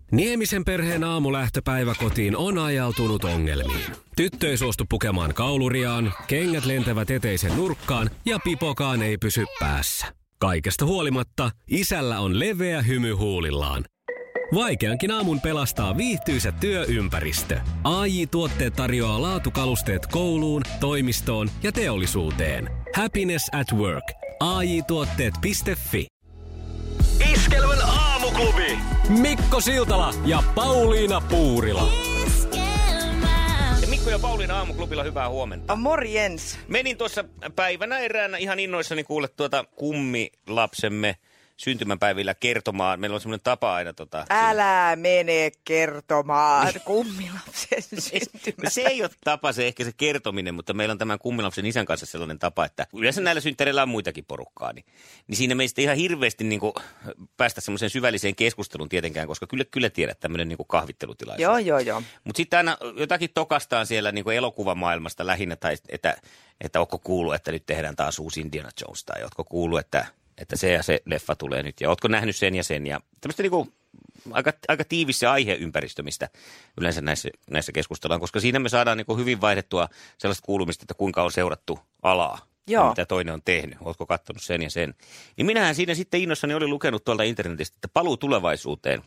Niemisen perheen aamulähtöpäivä kotiin on ajautunut ongelmiin. Tyttö ei suostu pukemaan kauluriaan, kengät lentävät eteisen nurkkaan ja pipokaan ei pysy päässä. Kaikesta huolimatta, isällä on leveä hymy huulillaan. Vaikeankin aamun pelastaa viihtyisä työympäristö. AJ-tuotteet tarjoaa laatukalusteet kouluun, toimistoon ja teollisuuteen. Happiness at work. AJ-tuotteet.fi. Iskelmän aamuklubi. Mikko Siltala ja Pauliina Puurila. Ja Mikko ja Pauliina aamuklubilla hyvää huomenta. Morjens. Menin tuossa päivänä eräänä ihan innoissani kuulle kummilapsemme syntymäpäivillä kertomaan. Meillä on semmoinen tapa aina Älä mene kertomaan kummilapsen syntymäpäivää. Se ei ole tapa, se ehkä se kertominen, mutta meillä on tämän kummilapsen isän kanssa sellainen tapa, että yleensä näillä synttäreillä on muitakin porukkaa. Niin siinä meistä ihan hirveästi päästä semmoiseen syvälliseen keskusteluun tietenkään, koska kyllä tiedät tämmöinen kahvittelutilaisuus. Joo. Mutta sitten aina jotakin tokastaan siellä elokuvamaailmasta lähinnä, tai että ootko kuullut, että nyt tehdään taas uusi Indiana Jones, tai ootko kuullut, että se ja se leffa tulee nyt, ja ootko nähnyt sen ja sen, ja tämmöistä aika tiivis se aiheympäristö, mistä yleensä näissä keskustellaan, koska siinä me saadaan hyvin vaihdettua sellaista kuulumista, että kuinka on seurattu alaa, ja mitä toinen on tehnyt, ootko katsonut sen ja sen. Niin minähän siinä sitten innossani olin lukenut tuolta internetistä, että Paluu tulevaisuuteen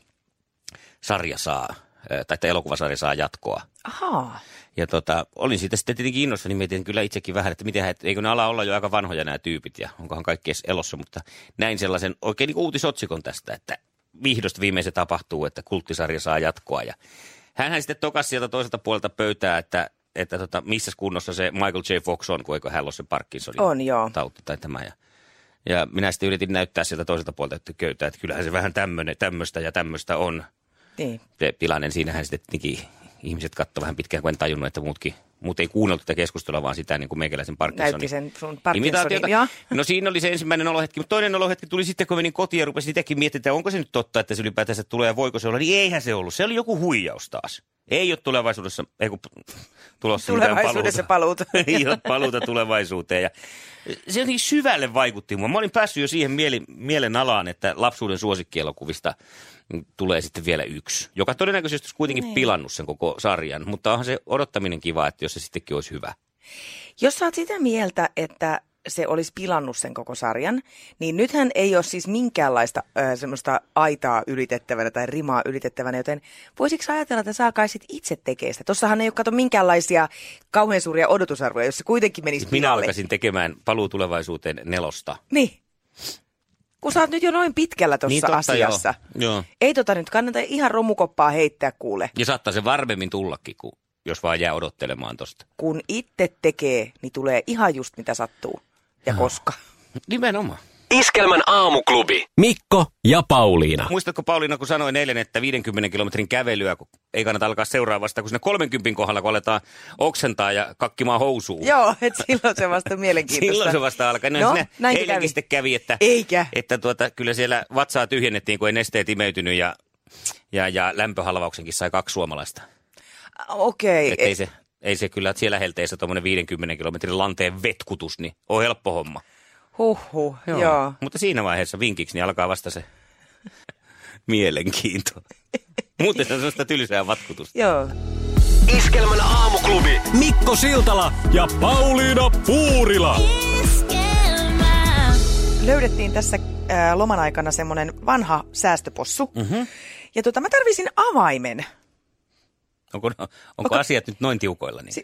sarja saa, tai että elokuvasarja saa jatkoa. Ahaa. Ja olin siitä sitten tietenkin innossani, mietin kyllä itsekin vähän, että eikö ne ala olla jo aika vanhoja nämä tyypit ja onkohan kaikki edes elossa, mutta näin sellaisen oikein uutisotsikon tästä, että vihdosta viimein se tapahtuu, että kulttisarja saa jatkoa. Ja hänhän sitten tokasi sieltä toiselta puolelta pöytää, että missä kunnossa se Michael J. Fox on, kun eikö hän ole se Parkinsonin tauti tai tämä. Ja minä sitten yritin näyttää sieltä toiselta puolelta, että köytää, että kyllähän se vähän tämmöistä ja tämmöistä on. Niin. Se tilanne, siinähän sitten ihmiset katsovat vähän pitkään, kun en tajunnut, että muut ei kuunneltu tätä keskustelua, vaan sitä niin kuin meikäläisen Parkinsonin. Näytti sen sun Parkinsonin, No siinä oli se ensimmäinen olohetki, mutta toinen olohetki tuli sitten, kun menin kotiin ja rupesin itsekin miettimään, että onko se nyt totta, että se ylipäätänsä tulee ja voiko se olla. Niin eihän se ollut. Se oli joku huijaus taas. Ei ole tulevaisuudessa, tulevaisuudessa paluuta. Ei ole paluuta tulevaisuuteen. Ja se jotenkin syvälle vaikutti mua. Mä olin päässyt jo siihen mielen alaan, että lapsuuden suosikkielokuvista tulee sitten vielä yksi, joka todennäköisesti olisi kuitenkin pilannut sen koko sarjan, mutta onhan se odottaminen kiva, että jos se sittenkin olisi hyvä. Jos sä oot sitä mieltä, että se olisi pilannut sen koko sarjan, niin nythän ei ole siis minkäänlaista semmoista aitaa ylitettävänä tai rimaa ylitettävänä, joten voisitko ajatella, että sä alkaisit itse tekemään sitä? Tossahan ei ole kato minkäänlaisia kauhean suuria odotusarvoja, jos se kuitenkin menisi pilalle. Minä alkaisin tekemään Paluu tulevaisuuteen 4. Niin. Kun sä oot nyt jo noin pitkällä tuossa asiassa. Joo. Ei nyt kannata ihan romukoppaa heittää kuule. Ja saattaa se varmemmin tullakin, jos vaan jää odottelemaan tosta. Kun itse tekee, niin tulee ihan just mitä sattuu. Ja koska. Nimenomaan. Iskelmän aamuklubi. Mikko ja Pauliina. Muistatko Pauliina, kun sanoin eilen, että 50 kilometrin kävelyä, kun ei kannata alkaa seuraa vasta, kun sinne 30 kohdalla, kun aletaan oksentaa ja kakkimaan housuun. Joo, että silloin se vasta mielenkiintoista. Silloin se vasta alkaa. No eilenkin sitten kävi, että kyllä siellä vatsaa tyhjennettiin, kun ei nesteet imeytynyt ja lämpöhalvauksenkin sai 2 suomalaista. Okei. Ei se kyllä siellä helteessä tuommoinen 50 kilometrin lanteen vetkutus, niin on helppo homma. Joo. Mutta siinä vaiheessa vinkiksi niin alkaa vasta se mielenkiinto. Muuten se on sellaista tylsää vatkutusta. Joo. Iskelmän aamuklubi. Mikko Siltala ja Pauliina Puurila. Löydettiin tässä loman aikana semmoinen vanha säästöpossu. Mm-hmm. Ja mä tarvisin avaimen. Onko asiat nyt noin tiukoilla? Niin?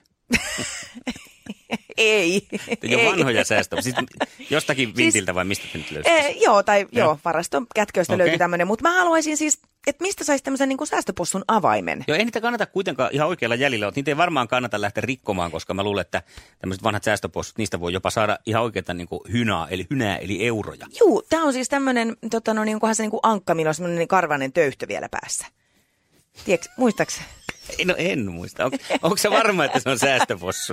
Ei. Jo vanhoja säästöjä. Siis jostakin vintiltä vai mistä te nyt löysitte? Joo, varaston kätköistä löytyi tämmöinen. Mutta mä haluaisin siis, että mistä saisi tämmöisen niin kuin säästöpossun avaimen? Joo, ei niitä kannata kuitenkaan ihan oikealla jäljellä. Niitä ei varmaan kannata lähteä rikkomaan, koska mä luulen, että tämmöiset vanhat säästöpossut, niistä voi jopa saada ihan oikeita niin kuin hynää eli euroja. Joo, tää on siis tämmöinen, onkohan se niin kuin ankka, millä on semmoinen karvainen töyhtö vielä päässä. Tiedätkö, muistaaksä? No en muista. Onko se varma, että se on säästöpossu?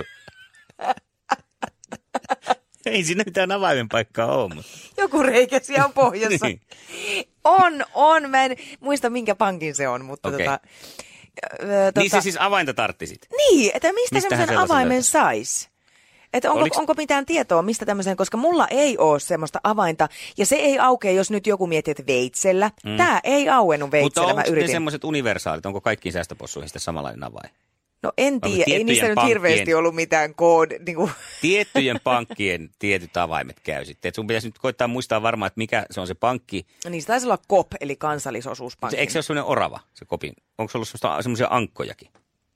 Ei siinä mitään avaimen paikkaa ole. Mutta. Joku reikä siellä on pohjassa. Niin. On. Mä en muista minkä pankin se on, mutta okay. Niin se siis avainta tarttisit? Niin, että mistä semmoisen avaimen sais? Että onko mitään tietoa, mistä tämmöiseen, koska mulla ei ole semmoista avainta, ja se ei aukea, jos nyt joku miettii, että veitsellä. Tämä ei auennut veitsellä, Mutta mä yritin. onko semmoiset universaalit, onko kaikkiin säästöpossuihin sitten samanlainen avain? No en tiedä, ei niistä nyt hirveästi ollut mitään Tiettyjen pankkien tietyt avaimet käy sitten. Et sun pitäisi nyt koittaa muistaa varmaan, että mikä se on se pankki. Niin se taisi olla KOP, eli kansallisosuuspankki. Eikö se ole semmoinen orava, se kopin? Onko se ollut semmoisia ankkojakin?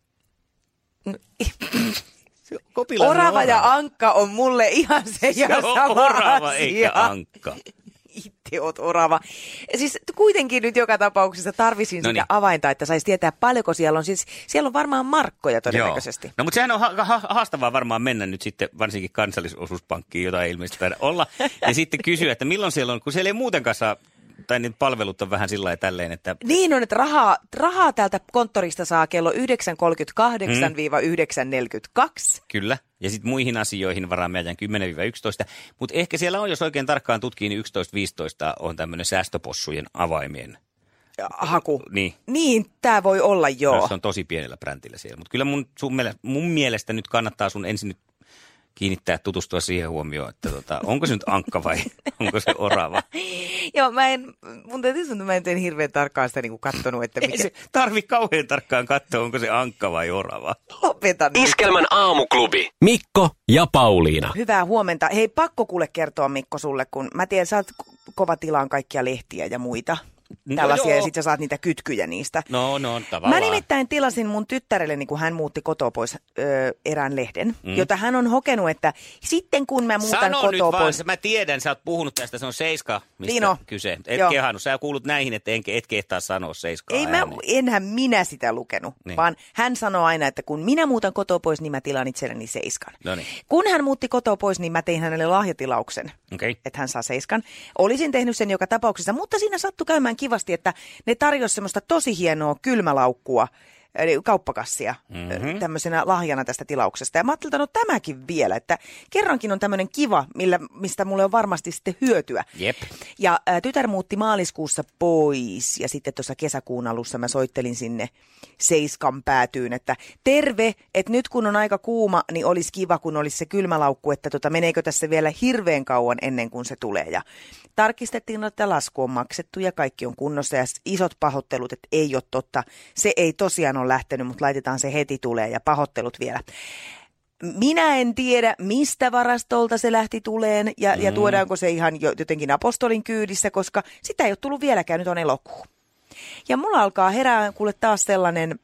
Orava ja ankka on mulle ihan se ja sama orava asia. eikä ankka. Itse oot orava. Siis kuitenkin nyt joka tapauksessa tarvisin sitä avainta, että saisi tietää paljonko siellä on. Siis siellä on varmaan markkoja todennäköisesti. Joo. No mutta sehän on haastavaa varmaan mennä nyt sitten varsinkin kansallisosuuspankkiin, jota ei ilmeisesti taida olla. Ja sitten kysyä, että milloin siellä on, kun siellä ei muutenkaan saa, tai niitä palvelut on vähän sillä ja tälleen, että... Niin on, että rahaa täältä konttorista saa kello 9.38-9.42. Kyllä. Ja sitten muihin asioihin varaamme ajan 10-11. Mutta ehkä siellä on, jos oikein tarkkaan tutkii, niin 11-15 on tämmöinen säästöpossujen avaimien haku. Niin, tämä voi olla joo. Se on tosi pienellä brändillä siellä. Mutta kyllä mun mielestä nyt kannattaa sun ensin nyt tutustua siihen huomioon, että onko se nyt ankka vai onko se orava? Joo, mun täytyy sanoa, että mä en tee hirveän tarkkaan sitä niinku kattonut, että ei se tarvi kauhean tarkkaan katsoa, onko se ankka vai orava. Lopetan. Iskelmän aamuklubi. Mikko ja Pauliina. Hyvää huomenta. Hei, pakko kuule kertoa, Mikko, sulle, kun mä tiedän, sä oot kova tilaan kaikkia lehtiä ja muita. Tällaisia, ja sit sä saat niitä kytkyjä niistä. No, tavallaan. Mä nimittäin tilasin mun tyttärelleni, kun hän muutti kotoa pois erään lehden, jota hän on hokenut, että sitten kun mä muutan kotoa pois... Sano nyt vaan, mä tiedän, sä oot puhunut tästä, se on Seiska, mistä niin kyse. Et kehannut, sä kuulut näihin, että et kehtaa sanoa Seiskaa. Enhän minä sitä lukenut, vaan hän sanoo aina, että kun minä muutan kotoa pois, niin mä tilaan itselleni Seiskan. Noniin. Kun hän muutti kotoa pois, niin mä tein hänelle lahjatilauksen, että hän saa Seiskan. Olisin tehnyt sen joka tapauksessa, mutta siinä sattui käymään kivasti, että ne tarjosi semmoista tosi hienoa kylmälaukkua, kauppakassia tämmöisenä lahjana tästä tilauksesta. Ja mä ajattelin, että no tämäkin vielä, että kerrankin on tämmöinen kiva, mistä mulle on varmasti sitten hyötyä. Jep. Ja tytär muutti maaliskuussa pois ja sitten tuossa kesäkuun alussa mä soittelin sinne Seiskan päätyyn, että terve, että nyt kun on aika kuuma, niin olisi kiva, kun olisi se kylmälaukku, että meneekö tässä vielä hirveän kauan ennen kuin se tulee. Ja tarkistettiin, että lasku on maksettu ja kaikki on kunnossa ja isot pahoittelut, että ei ole totta. Se ei tosiaan ole lähtenyt, mutta laitetaan se heti tulee ja pahoittelut vielä. Minä en tiedä, mistä varastolta se lähti tuleen ja tuodaanko se ihan jotenkin apostolin kyydissä, koska sitä ei ole tullut vieläkään, nyt on elokuu. Ja mulla alkaa herää kuule taas sellainen...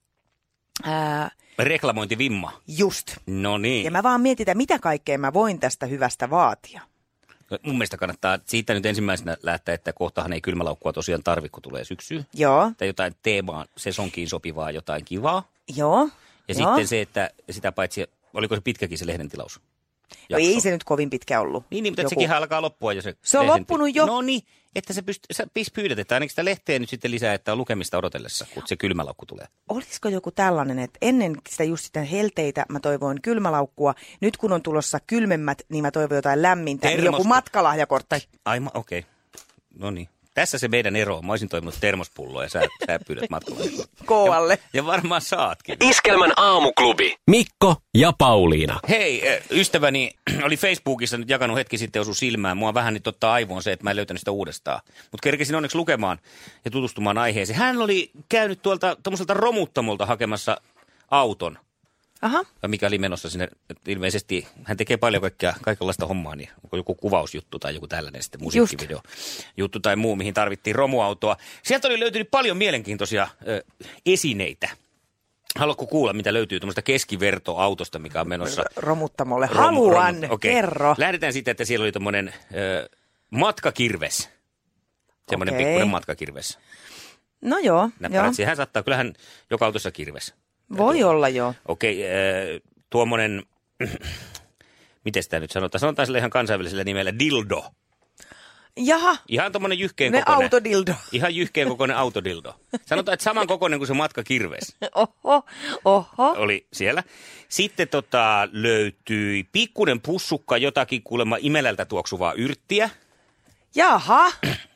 reklamointivimma. Just. No niin. Ja mä vaan mietin, mitä kaikkea mä voin tästä hyvästä vaatia. Mun mielestä kannattaa siitä nyt ensimmäisenä lähteä, että kohtahan ei kylmälaukkua tosiaan tarvitse, kun tulee syksy. Joo. Tai jotain teemaa, sesonkiin sopivaa, jotain kivaa. Joo. Ja sitten se, että sitä paitsi, oliko se pitkäkin se lehden tilaus? No ei se nyt kovin pitkä ollut. Niin, mutta sekin alkaa loppua jo se. Se on loppunut jo. No niin, että sä pyydät, että ainakin sitä lehteä nyt sitten lisää, että on lukemista odotellessa, kun se kylmälaukku tulee. Olisiko joku tällainen, että ennen sitä just sitä helteitä mä toivoin kylmälaukkua. Nyt kun on tulossa kylmemmät, niin mä toivon jotain lämmintä. Niin joku matkalahjakortti. Okei. No niin. Tässä se meidän ero. Mä olisin toiminut termospulloa ja sä pyydät matkalahjakortti. Koolle. Ja varmaan saatkin. Iskelmän aamuklubi. Mikko ja Pauliina. Hei, ystäväni oli Facebookissa nyt jakanut hetki sitten osu silmään. Mua vähän nyt ottaa aivoon se, että mä en löytänyt sitä uudestaan. Mutta kerkesin onneksi lukemaan ja tutustumaan aiheeseen. Hän oli käynyt tuolta tommoselta romuttamolta hakemassa auton. Aha. Mikä oli menossa sinne, ilmeisesti hän tekee paljon kaikenlaista hommaa, niin onko joku kuvausjuttu tai joku tällainen sitten musiikkivideo juttu tai muu, mihin tarvittiin romuautoa. Sieltä oli löytynyt paljon mielenkiintoisia esineitä. Haluatko kuulla, mitä löytyy tuommoista keskivertoautosta, mikä on menossa? Romuttamolle. Haluan, kerro. Lähdetään siitä, että siellä oli tuommoinen matkakirves. Semmoinen pikkuinen matkakirves. No joo. Hän saattaa, kyllähän joka autossa kirves. Voi olla, joo. Okei, tuommoinen, miten sitä nyt sanotaan? Sanotaan sille ihan kansainvälisellä nimellä dildo. Jaha. Ihan tuommoinen jyhkeen kokoinen. Autodildo. Ihan jyhkeen kokoinen autodildo. Sanotaan, että saman kokoinen kuin se matkakirves. Oho. Oli siellä. Sitten löytyi pikkuinen pussukka, jotakin kuulemma imelältä tuoksuvaa yrttiä. Jaha.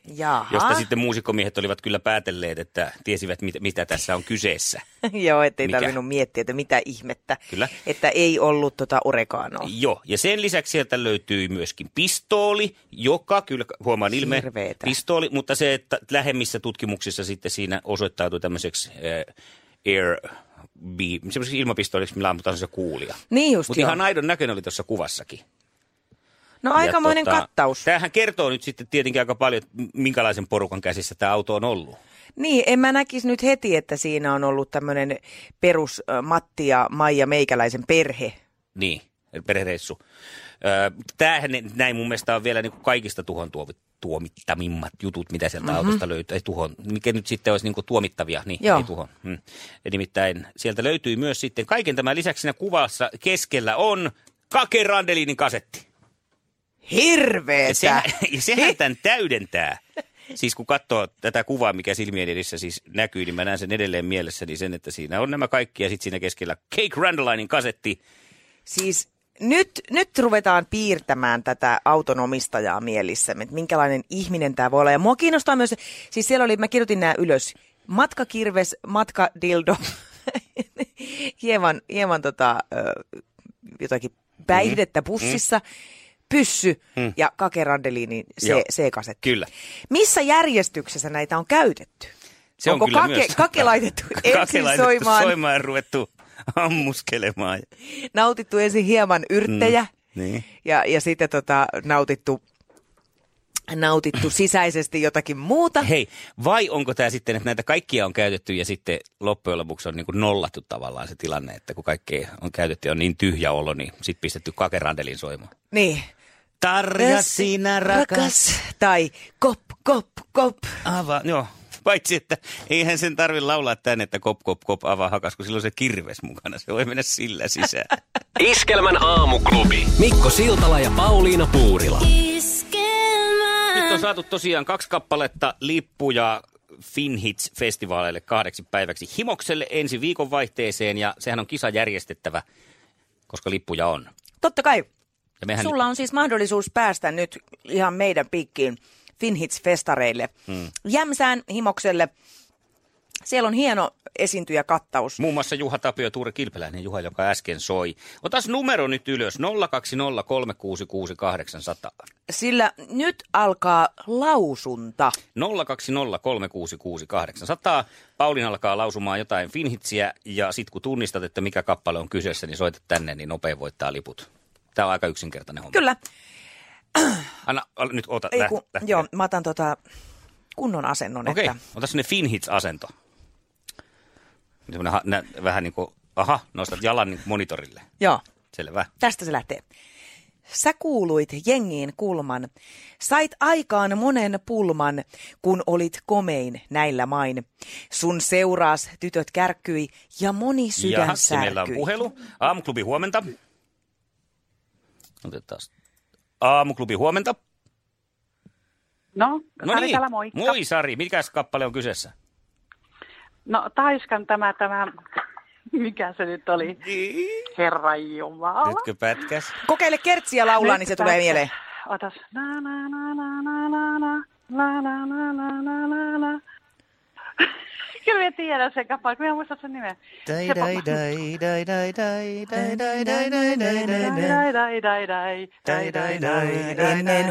Jaha. josta sitten muusikkomiehet olivat kyllä päätelleet, että tiesivät, mitä tässä on kyseessä. Joo, ettei Mikä? tarvinnut miettiä, että mitä ihmettä. Kyllä. Että ei ollut oreganoa. Joo, ja sen lisäksi sieltä löytyi myöskin pistooli, joka kyllä huomaan Hirveetä. pistooli, mutta se, että lähemmissä tutkimuksissa sitten siinä osoittautui tämmöiseksi semmoiseksi ilmapistooliksi, millä ammutaan se kuulia. Niin just Mutta joo. ihan aidon näköinen oli tuossa kuvassakin. No aikamoinen kattaus. Tämähän kertoo nyt sitten tietenkin aika paljon, että minkälaisen porukan käsissä tämä auto on ollut. Niin, en mä näkisi nyt heti, että siinä on ollut tämmöinen perus Matti ja Maija Meikäläisen perhe. Niin, perhereissu. Tämähän näin mun mielestä on vielä niin kuin kaikista tuhon tuomittamimmat jutut, mitä sieltä autosta löytyy. Ei tuhon, mikä nyt sitten olisi niin kuin tuomittavia, niin Joo. ei tuhon. Nimittäin sieltä löytyy myös sitten kaiken tämän lisäksi siinä kuvassa keskellä on Kake Randelinin kasetti. Hirveetä! Ja sehän tämän täydentää. Siis kun katsoo tätä kuvaa, mikä silmien edessä siis näkyy, niin mä näen sen edelleen mielessäni sen, että siinä on nämä kaikki ja sitten siinä keskellä Kake Randelinin kasetti. Siis nyt ruvetaan piirtämään tätä autonomistajaa mielissämme, että minkälainen ihminen tämä voi olla. Ja mua kiinnostaa myös, siis siellä oli, mä kirjoitin nämä ylös, matkakirves, matkadildo, hieman jotakin päihdettä pussissa, pyssy ja Kake Randelinin Joo. C-kasetti. Kyllä. Missä järjestyksessä näitä on käytetty? Se on Onko kyllä Kake, myös. Kake laitettu ensin soimaan, ja ruvettu ammuskelemaan. nautittu ensin hieman yrttejä Niin. ja sitten nautittu sisäisesti jotakin muuta? Hei, vai onko tämä sitten, että näitä kaikkia on käytetty ja sitten loppujen lopuksi on niin kuin nollattu tavallaan se tilanne, että kun kaikkea on käytetty ja on niin tyhjä olo, niin sitten pistetty Kake Randelin soimaan. Niin. Tarja sinä rakas. Tai kop, kop, kop. Joo. Paitsi, että eihän sen tarvitse laulaa tänne, että kop, kop, kop, avaa hakas, kun silloin se kirves mukana. Se voi mennä sillä sisään. Iskelmän aamuklubi. Mikko Siltala ja Pauliina Puurila. Nyt on saatu tosiaan 2 kappaletta lippuja FinHits-festivaaleille 2 päiväksi Himokselle ensi viikonvaihteeseen. Ja sehän on kisa järjestettävä, koska lippuja on. Totta kai. Ja mehän Sulla on siis mahdollisuus päästä nyt ihan meidän piikkiin FinHits-festareille. Jämsään Himokselle. Siellä on hieno esiintyjäkattaus. muun muassa Juha Tapio ja Tuure Kilpeläinen, Juha, joka äsken soi. Otas numero nyt ylös, 020366800. Sillä nyt alkaa lausunta. 020366800. Paulin alkaa lausumaan jotain Finhitsiä ja sitten kun tunnistat, että mikä kappale on kyseessä, niin soitat tänne, niin nopein voittaa liput. Tämä on aika yksinkertainen homma. Kyllä. Anna, nyt ota. Ei, joo, mä otan kunnon asennon. Okei, Että... ota sinne Finhits-asento. Vähän niin kuin, nostat jalan niin monitorille. Joo, Selvä. tästä se lähtee. Sä kuuluit jengiin kulman. Sait aikaan monen pulman, kun olit komein näillä main. Sun seuraas tytöt kärkkyi ja moni sydän Jaha, särkyi. meillä on puhelu. Aamuklubi, huomenta. Otetaan. Aamuklubi, huomenta. No, No Sari niin. täällä, moikka. Moi Sari, mikäs kappale on kyseessä? No, Taiskan tämä, mikä se nyt oli? Herran Jumala. Nytkö pätkäs? Kokeile kertsiä laulaa, Nyt niin se tulee tässä. mieleen. Otas. Na, na, na, na, na, na, na, la, la, la, la, la, la, la. Kyllä mä tiedän sen kappaleen, kun mä muistan sen nimen. Dai, dai, dai, dai, dai, dai, dai, dai, dai, dai, dai, dai, dai. Ennen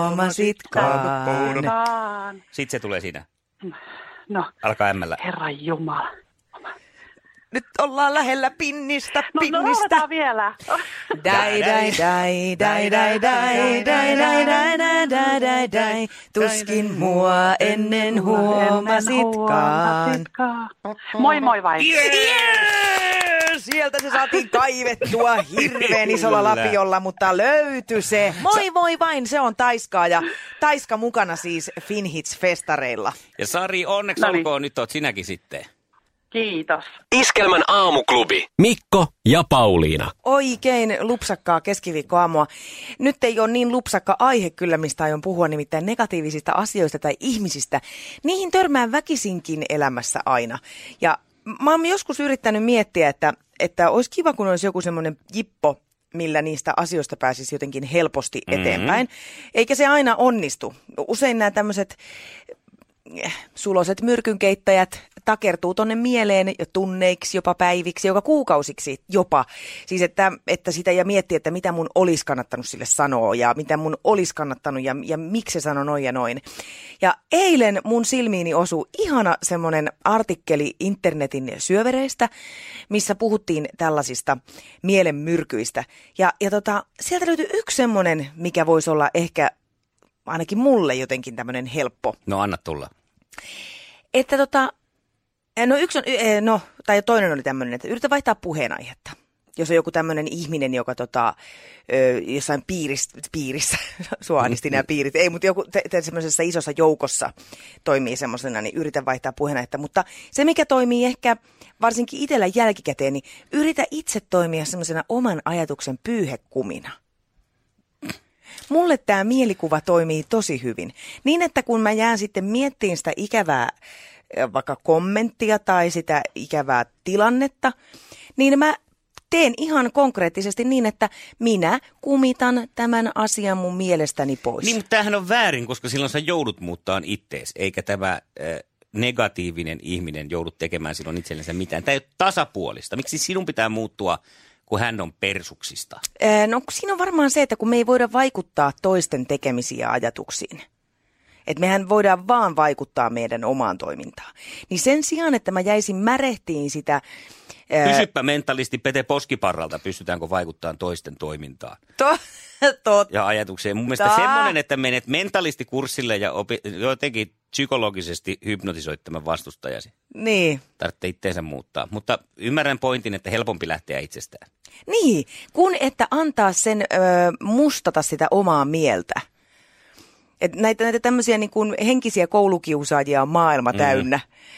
huomasitkaan. Sitten se tulee siinä. No, Alkaa ämmällä. Herran Jumala. Nyt ollaan lähellä pinnistä, No, pinnistä. lauletaan vielä. Dai, dai, dai, dai, dai, dai, dai, dai, dai, dai, dai, dai, dai. Tuskin mua ennen huomasitkaan. Moi moi vai? Sieltä se saatiin kaivettua hirveän isolla Kyllä. lapiolla, mutta löytyi se. Moi vain, se on Taiskaa ja Taiska mukana siis FinHits-festareilla. Ja Sari, onneksi Noniin. olkoon, nyt oot sinäkin sitten. Kiitos. Iskelmän aamuklubi. Mikko ja Pauliina. Oikein lupsakkaa keskiviikkoaamua. Nyt ei ole niin lupsakka aihe kyllä, mistä aion puhua, nimittäin negatiivisista asioista tai ihmisistä. Niihin törmää väkisinkin elämässä aina. Ja mä oon joskus yrittänyt miettiä, että olisi kiva, kun olisi joku semmoinen jippo millä niistä asioista pääsisi jotenkin helposti eteenpäin. Eikä se aina onnistu. Usein nämä tämmöiset suloiset myrkynkeittäjät takertuu tonne mieleen jo tunneiksi, jopa päiviksi, joka kuukausiksi jopa. Siis että sitä ja miettiä, että mitä mun olisi kannattanut sille sanoa ja mitä mun olisi kannattanut ja miksi se sanoi noin ja noin. Ja eilen mun silmiini osui ihana semmoinen artikkeli internetin syövereistä, missä puhuttiin tällaisista mielenmyrkyistä. Ja sieltä löytyi yksi semmoinen, mikä voisi olla ehkä ainakin mulle jotenkin tämmöinen helppo. No anna tulla. Että tai toinen oli tämmöinen, että yritä vaihtaa puheenaihetta. Jos on joku tämmöinen ihminen, joka jossain piirissä, sua ahdisti nämä piirit, ei, mutta joku semmoisessa isossa joukossa toimii semmoisena, niin yritä vaihtaa puheenaihetta. Mutta se, mikä toimii ehkä varsinkin itsellä jälkikäteen, niin yritä itse toimia semmoisena oman ajatuksen pyyhekumina. Mulle tämä mielikuva toimii tosi hyvin. Niin, että kun mä jään sitten miettimään sitä ikävää vaikka kommenttia tai sitä ikävää tilannetta, niin mä teen ihan konkreettisesti niin, että minä kumitan tämän asian mun mielestäni pois. Niin, mutta tämähän on väärin, koska silloin sä joudut muuttaan ittees, eikä tämä negatiivinen ihminen joudut tekemään silloin itsellensä mitään. Tämä ei ole tasapuolista. Miksi sinun pitää muuttua, kun hän on persuksista? No siinä on varmaan se, että kun me ei voida vaikuttaa toisten tekemisiin ja ajatuksiin. Että mehän voidaan vaan vaikuttaa meidän omaan toimintaan. Niin sen sijaan, että mä jäisin märehtiin sitä... Kysyppä mentalisti Pete Poskiparralta, pystytäänkö vaikuttamaan toisten toimintaan. Ja ajatukseen. Mun mielestä semmoinen, että menet mentalistikurssille ja jotenkin psykologisesti hypnotisoit tämän vastustajasi. Niin. Tarvitsee itteensä muuttaa. Mutta ymmärrän pointin, että helpompi lähteä itsestään. Niin, kun että antaa sen mustata sitä omaa mieltä. Et näitä tämmöisiä niin kuin henkisiä koulukiusaajia on maailma täynnä.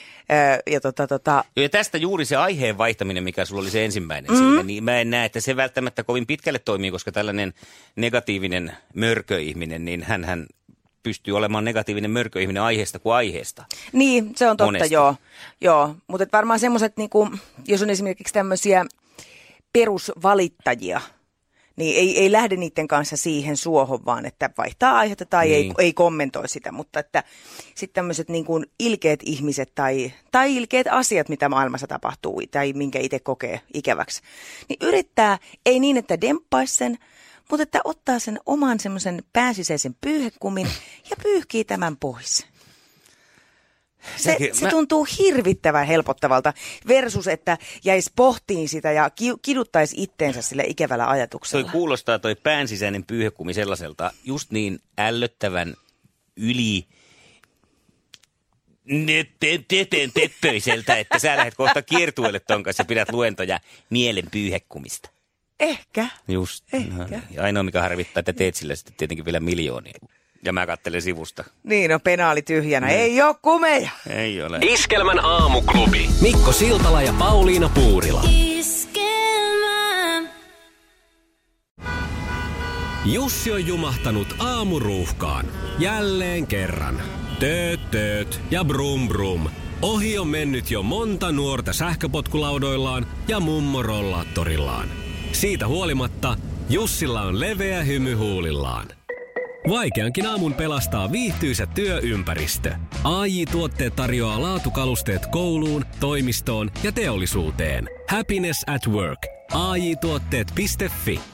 Ja tästä juuri se aiheen vaihtaminen, mikä sulla oli se ensimmäinen siinä, niin mä en näe, että se välttämättä kovin pitkälle toimii, koska tällainen negatiivinen mörköihminen, niin hän pystyy olemaan negatiivinen mörköihminen aiheesta kuin aiheesta. Niin, se on totta, monesti. joo. Mutta varmaan semmoiset, niinku, jos on esimerkiksi tämmöisiä perusvalittajia, niin ei lähde niiden kanssa siihen suohon, vaan että vaihtaa aihetta tai niin. ei kommentoi sitä. Mutta että sitten tämmöiset niin kuin ilkeät ihmiset tai ilkeät asiat, mitä maailmassa tapahtuu tai minkä itse kokee ikäväksi, niin yrittää, ei niin, että demppaisi sen, mutta että ottaa sen oman semmoisen pääsisäisen pyyhekumin ja pyyhkii tämän pois. Se tuntuu hirvittävän helpottavalta versus, että jäisi pohtiin sitä ja kiduttaisi itteensä sillä ikävällä ajatuksella. Toi kuulostaa toi päänsisäinen pyyhekumi sellaiselta just niin ällöttävän yli teppöiseltä, että sä lähdet kohta kiertueelle ton kanssa ja pidät luentoja mielen pyyhekumista. Ehkä. Just. Ehkä. No, ja ainoa mikä harvittaa, että teet sille sitten tietenkin vielä miljoonia. Ja mä katselen sivusta. Niin, no penaali tyhjänä. Ei oo kumeja. Ei ole. Iskelmän aamuklubi. Mikko Siltala ja Pauliina Puurila. Iskelmä. Jussi on jumahtanut aamuruuhkaan. Jälleen kerran. Tööt ja brum brum. Ohi on mennyt jo monta nuorta sähköpotkulaudoillaan ja mummorollaattorillaan. Siitä huolimatta Jussilla on leveä hymy huulillaan. Vaikeankin aamun pelastaa viihtyisä työympäristö. AJ-tuotteet tarjoaa laatukalusteet kouluun, toimistoon ja teollisuuteen. Happiness at work. AJ-tuotteet.fi